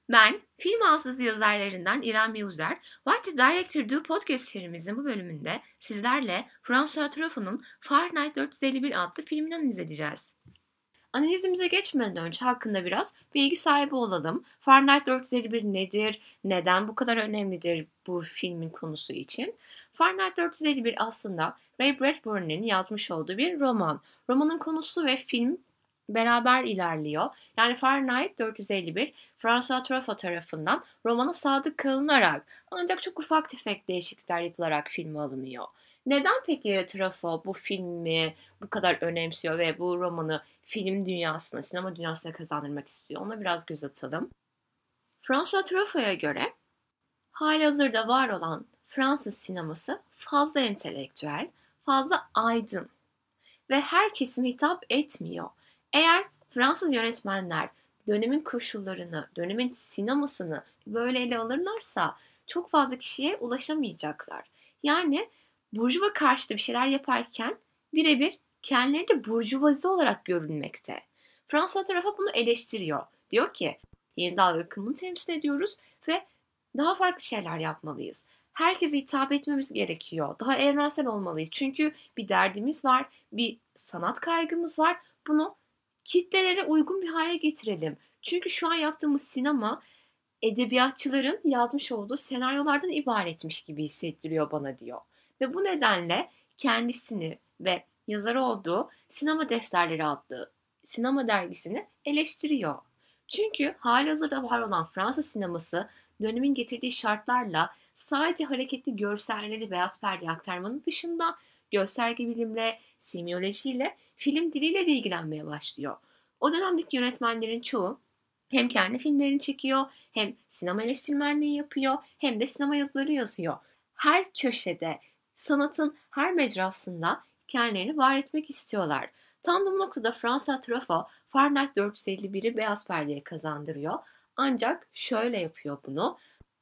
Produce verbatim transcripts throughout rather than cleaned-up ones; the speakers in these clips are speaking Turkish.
Ben, film hafızası yazarlarından İrem Yuzer, What the Director Do podcast serimizin bu bölümünde sizlerle François Truffaut'un Fahrenheit dört yüz elli bir adlı filmini analiz edeceğiz. Analizimize geçmeden önce hakkında biraz bilgi sahibi olalım. Fahrenheit dört yüz elli bir nedir? Neden bu kadar önemlidir bu filmin konusu için? Fahrenheit dört yüz elli bir aslında Ray Bradbury'nin yazmış olduğu bir roman. Romanın konusu ve film beraber ilerliyor. Yani Fahrenheit dört yüz elli bir François Truffaut tarafından romana sadık kalınarak ancak çok ufak tefek değişiklikler yapılarak filme alınıyor. Neden peki Truffaut bu filmi bu kadar önemsiyor ve bu romanı film dünyasına, sinema dünyasına kazandırmak istiyor? Ona biraz göz atalım. François Truffaut'a göre halihazırda var olan Fransız sineması fazla entelektüel, fazla aydın ve her kesime hitap etmiyor. Eğer Fransız yönetmenler dönemin koşullarını, dönemin sinemasını böyle ele alırlarsa çok fazla kişiye ulaşamayacaklar. Yani burjuva karşıtı bir şeyler yaparken birebir kendileri de burjuvazi olarak görünmekte. François Truffaut bunu eleştiriyor. Diyor ki yeni dalga akımını temsil ediyoruz ve daha farklı şeyler yapmalıyız. Herkese hitap etmemiz gerekiyor. Daha evrensel olmalıyız. Çünkü bir derdimiz var, bir sanat kaygımız var. Bunu kitlelere uygun bir hale getirelim. Çünkü şu an yaptığımız sinema edebiyatçıların yazmış olduğu senaryolardan ibaretmiş gibi hissettiriyor bana diyor. Ve bu nedenle kendisini ve yazar olduğu Sinema Defterleri adlı sinema dergisini eleştiriyor. Çünkü halihazırda var olan Fransız sineması dönemin getirdiği şartlarla sadece hareketli görselleri beyaz perdeye aktarmanın dışında gösterge bilimle, semiyolojiyle, film diliyle de ilgilenmeye başlıyor. O dönemdeki yönetmenlerin çoğu hem kendi filmlerini çekiyor, hem sinema eleştirmenliği yapıyor, hem de sinema yazıları yazıyor. Her köşede, sanatın her mecrasında kendilerini var etmek istiyorlar. Tam da bu noktada François Truffaut Fahrenheit dört yüz elli biri beyaz perdeye kazandırıyor. Ancak şöyle yapıyor bunu.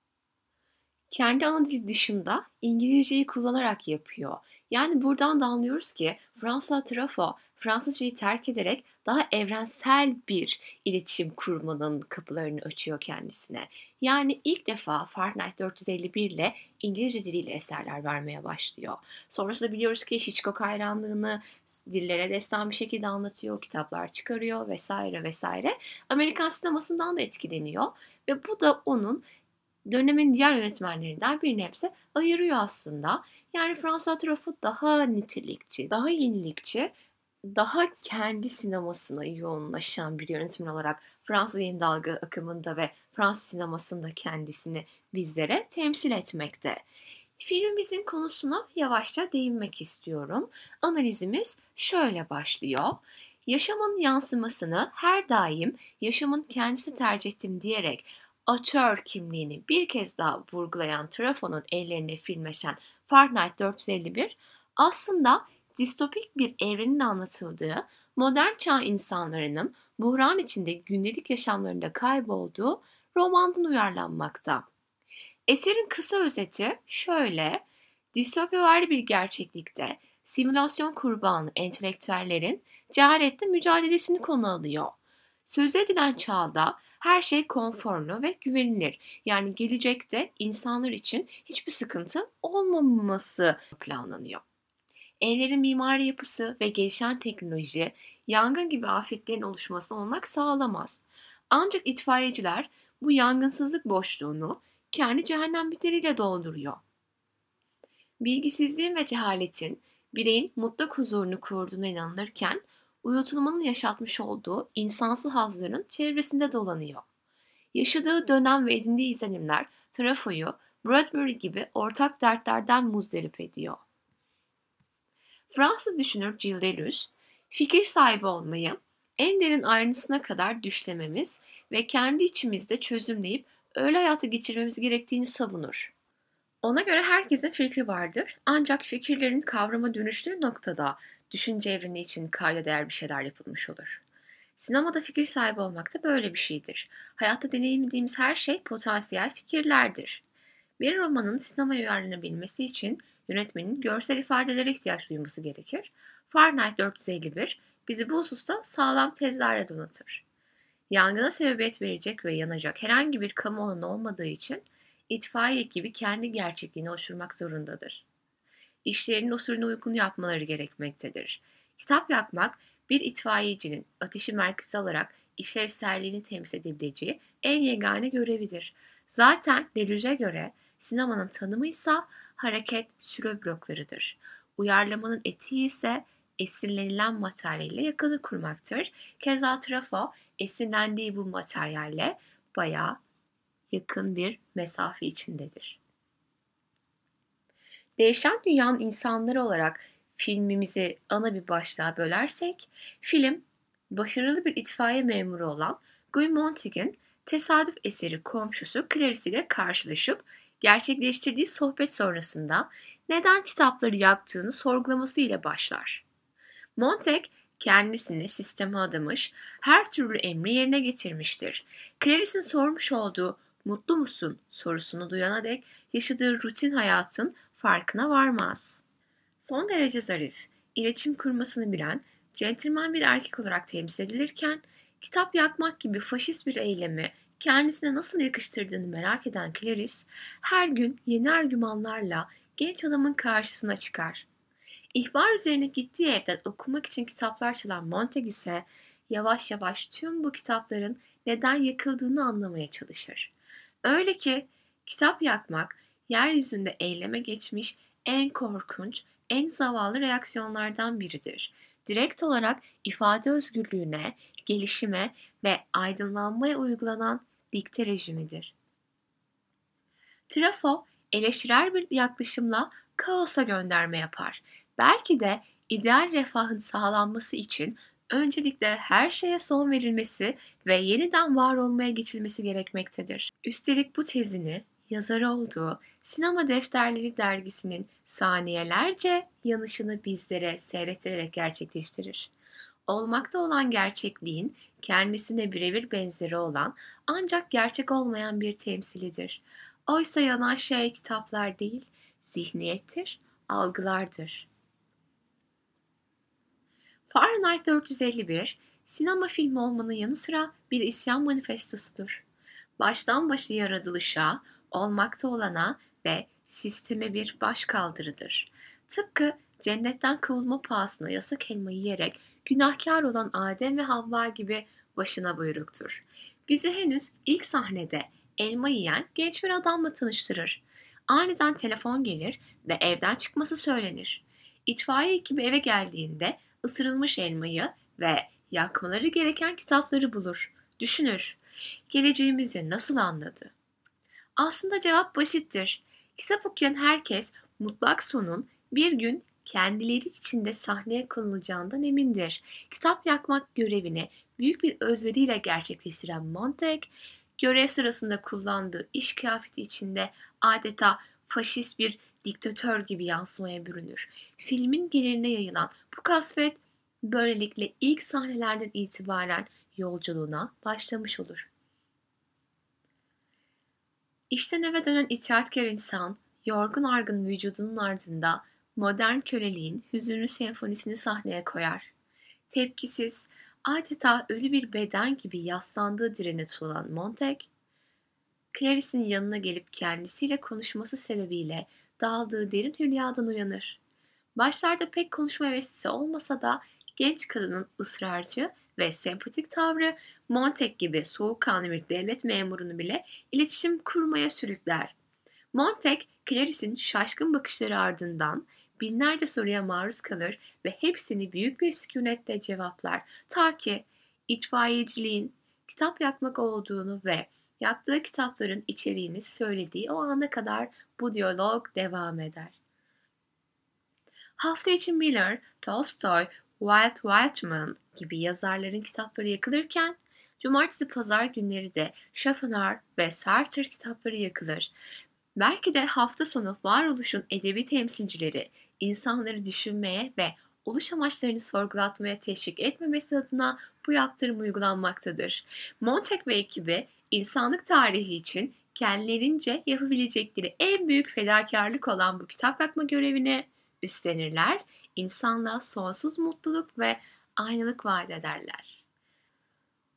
Kendi ana dili dışında İngilizceyi kullanarak yapıyor. Yani buradan da anlıyoruz ki François Truffaut Fransızcayı terk ederek daha evrensel bir iletişim kurmanın kapılarını açıyor kendisine. Yani ilk defa Fahrenheit dört yüz elli bir ile İngilizce diliyle eserler vermeye başlıyor. Sonrasında biliyoruz ki Hitchcock hayranlığını dillere destan bir şekilde anlatıyor, kitaplar çıkarıyor vesaire vesaire. Amerikan sinemasından da etkileniyor ve bu da onun dönemin diğer yönetmenlerinden bir nebze ayırıyor aslında. Yani François Truffaut daha nitelikçi, daha yenilikçi, daha kendi sinemasına yoğunlaşan bir yönetmen olarak Fransız yeni dalga akımında ve Fransız sinemasında kendisini bizlere temsil etmekte. Filmimizin konusuna yavaşça değinmek istiyorum. Analizimiz şöyle başlıyor. Yaşamın yansımasını her daim yaşamın kendisi tercih ettim diyerek atör kimliğini bir kez daha vurgulayan Truffaut'un ellerine filmleşen Fahrenheit dört yüz elli bir aslında distopik bir evrenin anlatıldığı, modern çağ insanlarının buhran içinde gündelik yaşamlarında kaybolduğu romandan uyarlanmakta. Eserin kısa özeti şöyle, distopyavari bir gerçeklikte simülasyon kurbanı entelektüellerin cehaletle mücadelesini konu alıyor. Söz edilen çağda her şey konforlu ve güvenilir. Yani gelecekte insanlar için hiçbir sıkıntı olmaması planlanıyor. Evlerin mimari yapısı ve gelişen teknoloji yangın gibi afetlerin oluşmasına olanak sağlamaz. Ancak itfaiyeciler bu yangınsızlık boşluğunu kendi cehennemlikleriyle dolduruyor. Bilgisizliğin ve cehaletin bireyin mutlak huzurunu kurduğuna inanılırken uyutulmanın yaşatmış olduğu insansız hazların çevresinde dolanıyor. Yaşadığı dönem ve edindiği izlenimler Truffaut'u Bradbury gibi ortak dertlerden muzdarip ediyor. Fransız düşünür Gilles Deleuze, fikir sahibi olmayı en derin ayrıntısına kadar düşlememiz ve kendi içimizde çözümleyip öyle hayatı geçirmemiz gerektiğini savunur. Ona göre herkesin fikri vardır ancak fikirlerin kavrama dönüştüğü noktada düşünce evreni için kayda değer bir şeyler yapılmış olur. Sinemada fikir sahibi olmak da böyle bir şeydir. Hayatta deneyimlediğimiz her şey potansiyel fikirlerdir. Bir romanın sinemaya uyarlanabilmesi için yönetmenin görsel ifadelere ihtiyaç duyması gerekir. Fahrenheit dört yüz elli bir bizi bu hususta sağlam tezlerle donatır. Yangına sebebiyet verecek ve yanacak herhangi bir kamu alanı olmadığı için itfaiye ekibi kendi gerçekliğini oluşturmak zorundadır. İşlerinin usulüne uygun yapmaları gerekmektedir. Kitap yakmak, bir itfaiyecinin ateşi merkeze alarak işlevselliğini temsil edebileceği en yegane görevidir. Zaten Deleuze'e göre sinemanın tanımı ise hareket süre bloklarıdır. Uyarlamanın etiği ise esinlenilen materyalle yakını kurmaktır. Keza Truffaut esinlendiği bu materyalle bayağı yakın bir mesafe içindedir. Değişen Dünyanın İnsanları olarak filmimizi ana bir başlığa bölersek, film başarılı bir itfaiye memuru olan Guy Montague'in tesadüf eseri komşusu Clarice ile karşılaşıp gerçekleştirdiği sohbet sonrasında neden kitapları yaktığını sorgulaması ile başlar. Montague kendisini sisteme adamış, her türlü emri yerine getirmiştir. Clarice'in sormuş olduğu "mutlu musun?" sorusunu duyana dek yaşadığı rutin hayatın farkına varmaz. Son derece zarif, iletişim kurmasını bilen, centilmen bir erkek olarak temsil edilirken, kitap yakmak gibi faşist bir eylemi kendisine nasıl yakıştırdığını merak eden Clarice, her gün yeni argümanlarla genç adamın karşısına çıkar. İhbar üzerine gittiği evden okumak için kitaplar çalan Montague ise yavaş yavaş tüm bu kitapların neden yakıldığını anlamaya çalışır. Öyle ki kitap yakmak yeryüzünde eyleme geçmiş en korkunç, en zavallı reaksiyonlardan biridir. Direkt olarak ifade özgürlüğüne, gelişime ve aydınlanmaya uygulanan dikte rejimidir. Truffaut eleştirel bir yaklaşımla kaosa gönderme yapar. Belki de ideal refahın sağlanması için öncelikle her şeye son verilmesi ve yeniden var olmaya geçilmesi gerekmektedir. Üstelik bu tezini yazarı olduğu Sinema Defterleri dergisinin saniyelerce yanışını bizlere seyrettirerek gerçekleştirir. Olmakta olan gerçekliğin kendisine birebir benzeri olan ancak gerçek olmayan bir temsilidir. Oysa yanan şey kitaplar değil, zihniyettir, algılardır. Fahrenheit dört yüz elli bir, sinema filmi olmanın yanı sıra bir isyan manifestosudur. Baştan başa yaratılışa, olmakta olana ve sisteme bir başkaldırıdır. Tıpkı cennetten kovulma pahasına yasak elma yiyerek günahkar olan Adem ve Havva gibi başına buyruktur. Bizi henüz ilk sahnede elma yiyen genç bir adamla tanıştırır. Aniden telefon gelir ve evden çıkması söylenir. İtfaiye ekibi eve geldiğinde ısırılmış elmayı ve yakmaları gereken kitapları bulur. Düşünür. Geleceğimizi nasıl anladı? Aslında cevap basittir. Kitap okuyan herkes mutlak sonun bir gün kendileri içinde sahneye konulacağından emindir. Kitap yakmak görevini büyük bir özveriyle gerçekleştiren Montague, görev sırasında kullandığı iş kıyafeti içinde adeta faşist bir diktatör gibi yansımaya bürünür. Filmin geneline yayılan bu kasvet böylelikle ilk sahnelerden itibaren yolculuğuna başlamış olur. İşten eve dönen itaatkar insan, yorgun argın vücudunun ardında modern köleliğin hüzünlü senfonisini sahneye koyar. Tepkisiz, adeta ölü bir beden gibi yaslandığı direne tutulan Montague, Clarice'in yanına gelip kendisiyle konuşması sebebiyle daldığı derin hülyadan uyanır. Başlarda pek konuşma hevesi olmasa da genç kadının ısrarcı ve sempatik tavrı Montague gibi soğukkanlı bir devlet memurunu bile iletişim kurmaya sürükler. Montague, Clarice'in şaşkın bakışları ardından binlerce soruya maruz kalır ve hepsini büyük bir sükunetle cevaplar. Ta ki itfaiyeciliğin kitap yakmak olduğunu ve yaktığı kitapların içeriğini söylediği o ana kadar bu diyalog devam eder. Hafta içi Miller, Tolstoy, Walt Whitman gibi yazarların kitapları yakılırken, cumartesi pazar günleri de Schopenhauer ve Sartre kitapları yakılır. Belki de hafta sonu varoluşun edebi temsilcileri insanları düşünmeye ve oluş amaçlarını sorgulatmaya teşvik etmemesi adına bu yaptırım uygulanmaktadır. Montague ve ekibi insanlık tarihi için kendilerince yapabilecekleri en büyük fedakarlık olan bu kitap yakma görevini üstlenirler, insanlığa sonsuz mutluluk ve aynalık vaat ederler.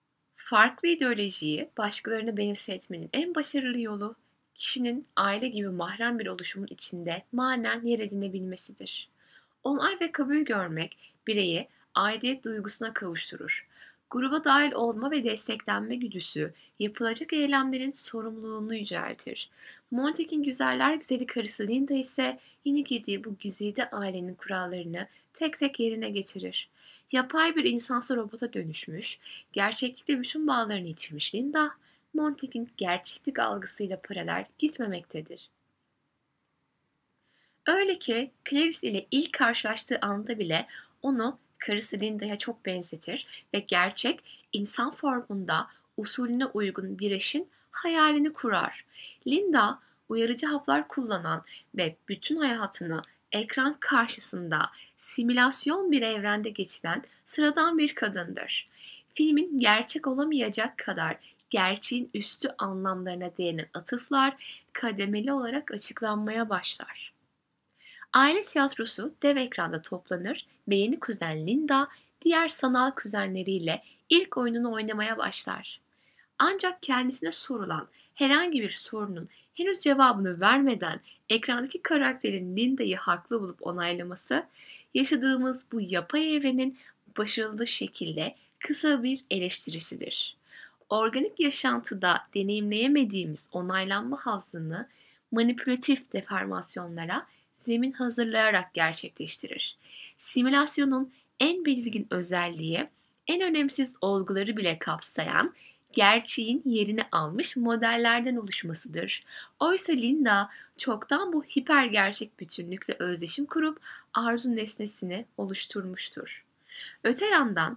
Farklı ideolojiyi başkalarına benimsetmenin en başarılı yolu, kişinin aile gibi mahrem bir oluşumun içinde manen yer edinebilmesidir. Onay ve kabul görmek bireyi aidiyet duygusuna kavuşturur. Gruba dahil olma ve desteklenme güdüsü yapılacak eylemlerin sorumluluğunu yüceltir. Montague'in güzeller güzeli karısı Linda ise yeni girdiği bu güzide ailenin kurallarını tek tek yerine getirir. Yapay bir insansı robota dönüşmüş, gerçeklikte bütün bağlarını yitirmiş Linda, Montague'in gerçeklik algısıyla paralel gitmemektedir. Öyle ki Clarice ile ilk karşılaştığı anda bile onu karısı Linda'ya çok benzetir ve gerçek insan formunda usulüne uygun bir eşin hayalini kurar. Linda uyarıcı haplar kullanan ve bütün hayatını ekran karşısında simülasyon bir evrende geçiren sıradan bir kadındır. Filmin gerçek olamayacak kadar gerçeğin üstü anlamlarına değinen atıflar kademeli olarak açıklanmaya başlar. Aile tiyatrosu dev ekranda toplanır ve yeni kuzen Linda diğer sanal kuzenleriyle ilk oyununu oynamaya başlar. Ancak kendisine sorulan herhangi bir sorunun henüz cevabını vermeden ekrandaki karakterin Linda'yı haklı bulup onaylaması, yaşadığımız bu yapay evrenin başarılı şekilde kısa bir eleştirisidir. Organik yaşantıda deneyimleyemediğimiz onaylanma hazzını manipülatif deformasyonlara zemin hazırlayarak gerçekleştirir. Simülasyonun en belirgin özelliği, en önemsiz olguları bile kapsayan, gerçeğin yerini almış modellerden oluşmasıdır. Oysa Linda çoktan bu hiper gerçek bütünlükle özdeşim kurup arzu nesnesini oluşturmuştur. Öte yandan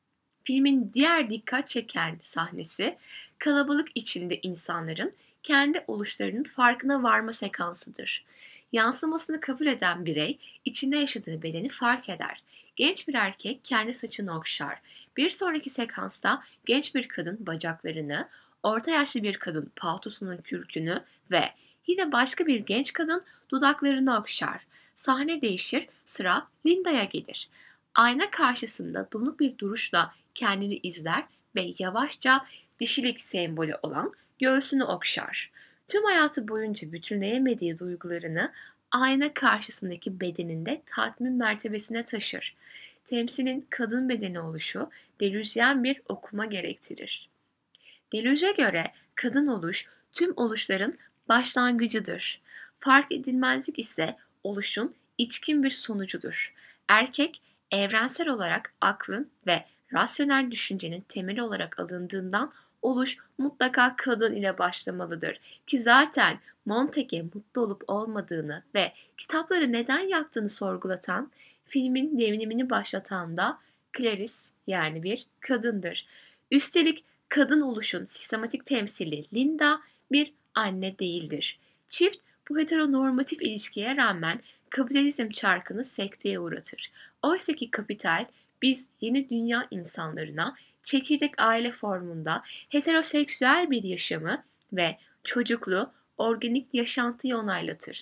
filmin diğer dikkat çeken sahnesi, kalabalık içinde insanların kendi oluşlarının farkına varma sekansıdır. Yansımasını kabul eden birey, içinde yaşadığı bedeni fark eder. Genç bir erkek kendi saçını okşar. Bir sonraki sekansta genç bir kadın bacaklarını, orta yaşlı bir kadın paltosunun kürkünü ve yine başka bir genç kadın dudaklarını okşar. Sahne değişir, sıra Linda'ya gelir. Ayna karşısında donuk bir duruşla kendini izler ve yavaşça dişilik sembolü olan göğsünü okşar. Tüm hayatı boyunca bütünleyemediği duygularını ayna karşısındaki bedeninde tatmin mertebesine taşır. Temsilin kadın bedeni oluşu Deleuzeyen bir okuma gerektirir. Deleuze'ye göre kadın oluş tüm oluşların başlangıcıdır. Fark edilmezlik ise oluşun içkin bir sonucudur. Erkek evrensel olarak aklın ve rasyonel düşüncenin temeli olarak alındığından oluş mutlaka kadın ile başlamalıdır. Ki zaten Montague mutlu olup olmadığını ve kitapları neden yaktığını sorgulatan, filmin devrimini başlatan da Clarice yani bir kadındır. Üstelik kadın oluşun sistematik temsili Linda bir anne değildir. Çift bu heteronormatif ilişkiye rağmen kapitalizm çarkını sekteye uğratır. Oysa ki kapital biz yeni dünya insanlarına çekirdek aile formunda heteroseksüel bir yaşamı ve çocuklu, organik yaşantıyı onaylatır.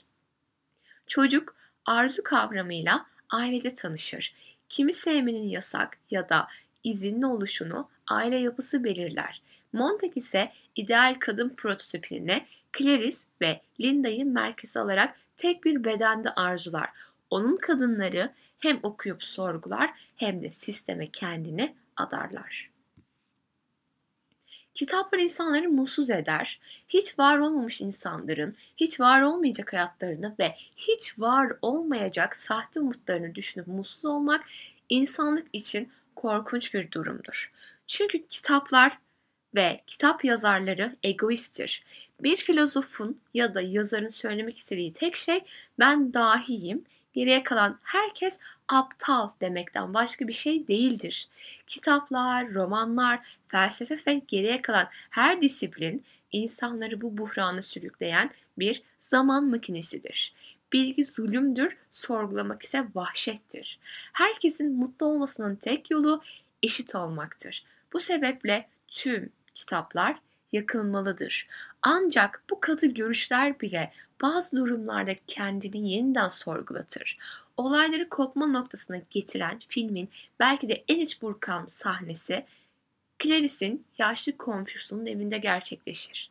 Çocuk arzu kavramıyla ailede tanışır. Kimi sevmenin yasak ya da izinli oluşunu aile yapısı belirler. Montague ise ideal kadın prototipini Clarice ve Linda'yı merkeze alarak tek bir bedende arzular. Onun kadınları hem okuyup sorgular hem de sisteme kendini adarlar. Kitaplar insanları mutsuz eder. Hiç var olmamış insanların, hiç var olmayacak hayatlarını ve hiç var olmayacak sahte umutlarını düşünüp mutsuz olmak insanlık için korkunç bir durumdur. Çünkü kitaplar ve kitap yazarları egoisttir. Bir filozofun ya da yazarın söylemek istediği tek şey ben dahiyim, geriye kalan herkes aptal demekten başka bir şey değildir. Kitaplar, romanlar, felsefe ve geriye kalan her disiplin insanları bu buhrana sürükleyen bir zaman makinesidir. Bilgi zulümdür, sorgulamak ise vahşettir. Herkesin mutlu olmasının tek yolu eşit olmaktır. Bu sebeple tüm kitaplar yakılmalıdır. Ancak bu katı görüşler bile bazı durumlarda kendini yeniden sorgulatır. Olayları kopma noktasına getiren filmin belki de en iç burkan sahnesi Clarice'in yaşlı komşusunun evinde gerçekleşir.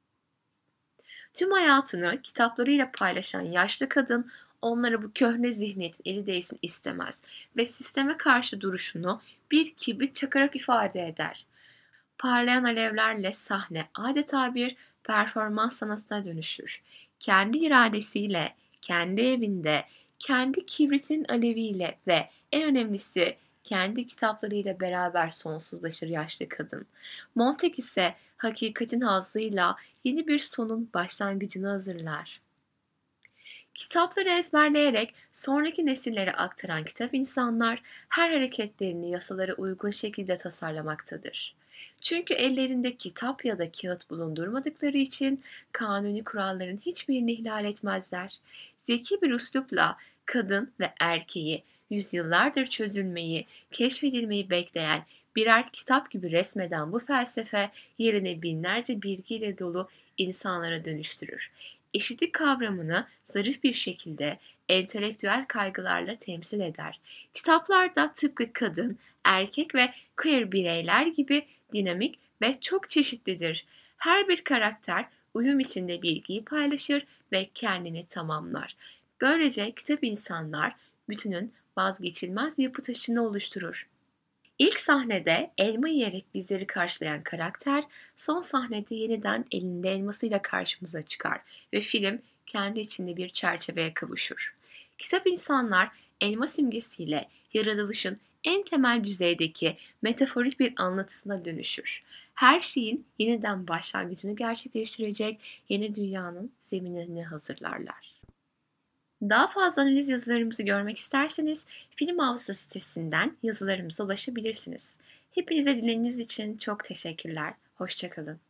Tüm hayatını kitaplarıyla paylaşan yaşlı kadın onlara bu köhne zihniyetin eli değsin istemez ve sisteme karşı duruşunu bir kibrit çakarak ifade eder. Parlayan alevlerle sahne adeta bir performans sanatına dönüşür. Kendi iradesiyle, kendi evinde, kendi kibritin aleviyle ve en önemlisi kendi kitaplarıyla beraber sonsuzlaşır yaşlı kadın. Montague ise hakikatin hazzıyla yeni bir sonun başlangıcını hazırlar. Kitapları ezberleyerek sonraki nesillere aktaran kitap insanlar her hareketlerini yasalara uygun şekilde tasarlamaktadır. Çünkü ellerinde kitap ya da kağıt bulundurmadıkları için kanuni kuralların hiçbirini ihlal etmezler. Zeki bir üslupla kadın ve erkeği yüzyıllardır çözülmeyi, keşfedilmeyi bekleyen birer kitap gibi resmeden bu felsefe yerine binlerce bilgiyle dolu insanlara dönüştürür. Eşitlik kavramını zarif bir şekilde entelektüel kaygılarla temsil eder. Kitaplarda tıpkı kadın, erkek ve queer bireyler gibi dinamik ve çok çeşitlidir. Her bir karakter uyum içinde bilgiyi paylaşır ve kendini tamamlar. Böylece kitap insanlar bütünün vazgeçilmez yapı taşını oluşturur. İlk sahnede elma yiyerek bizleri karşılayan karakter, son sahnede yeniden elinde elmasıyla karşımıza çıkar ve film kendi içinde bir çerçeveye kavuşur. Kitap insanlar elma simgesiyle yaratılışın en temel düzeydeki metaforik bir anlatısına dönüşür. Her şeyin yeniden başlangıcını gerçekleştirecek yeni dünyanın zeminini hazırlarlar. Daha fazla analiz yazılarımızı görmek isterseniz Film Hafıza sitesinden yazılarımıza ulaşabilirsiniz. Hepinize dinlediğiniz için çok teşekkürler. Hoşça kalın.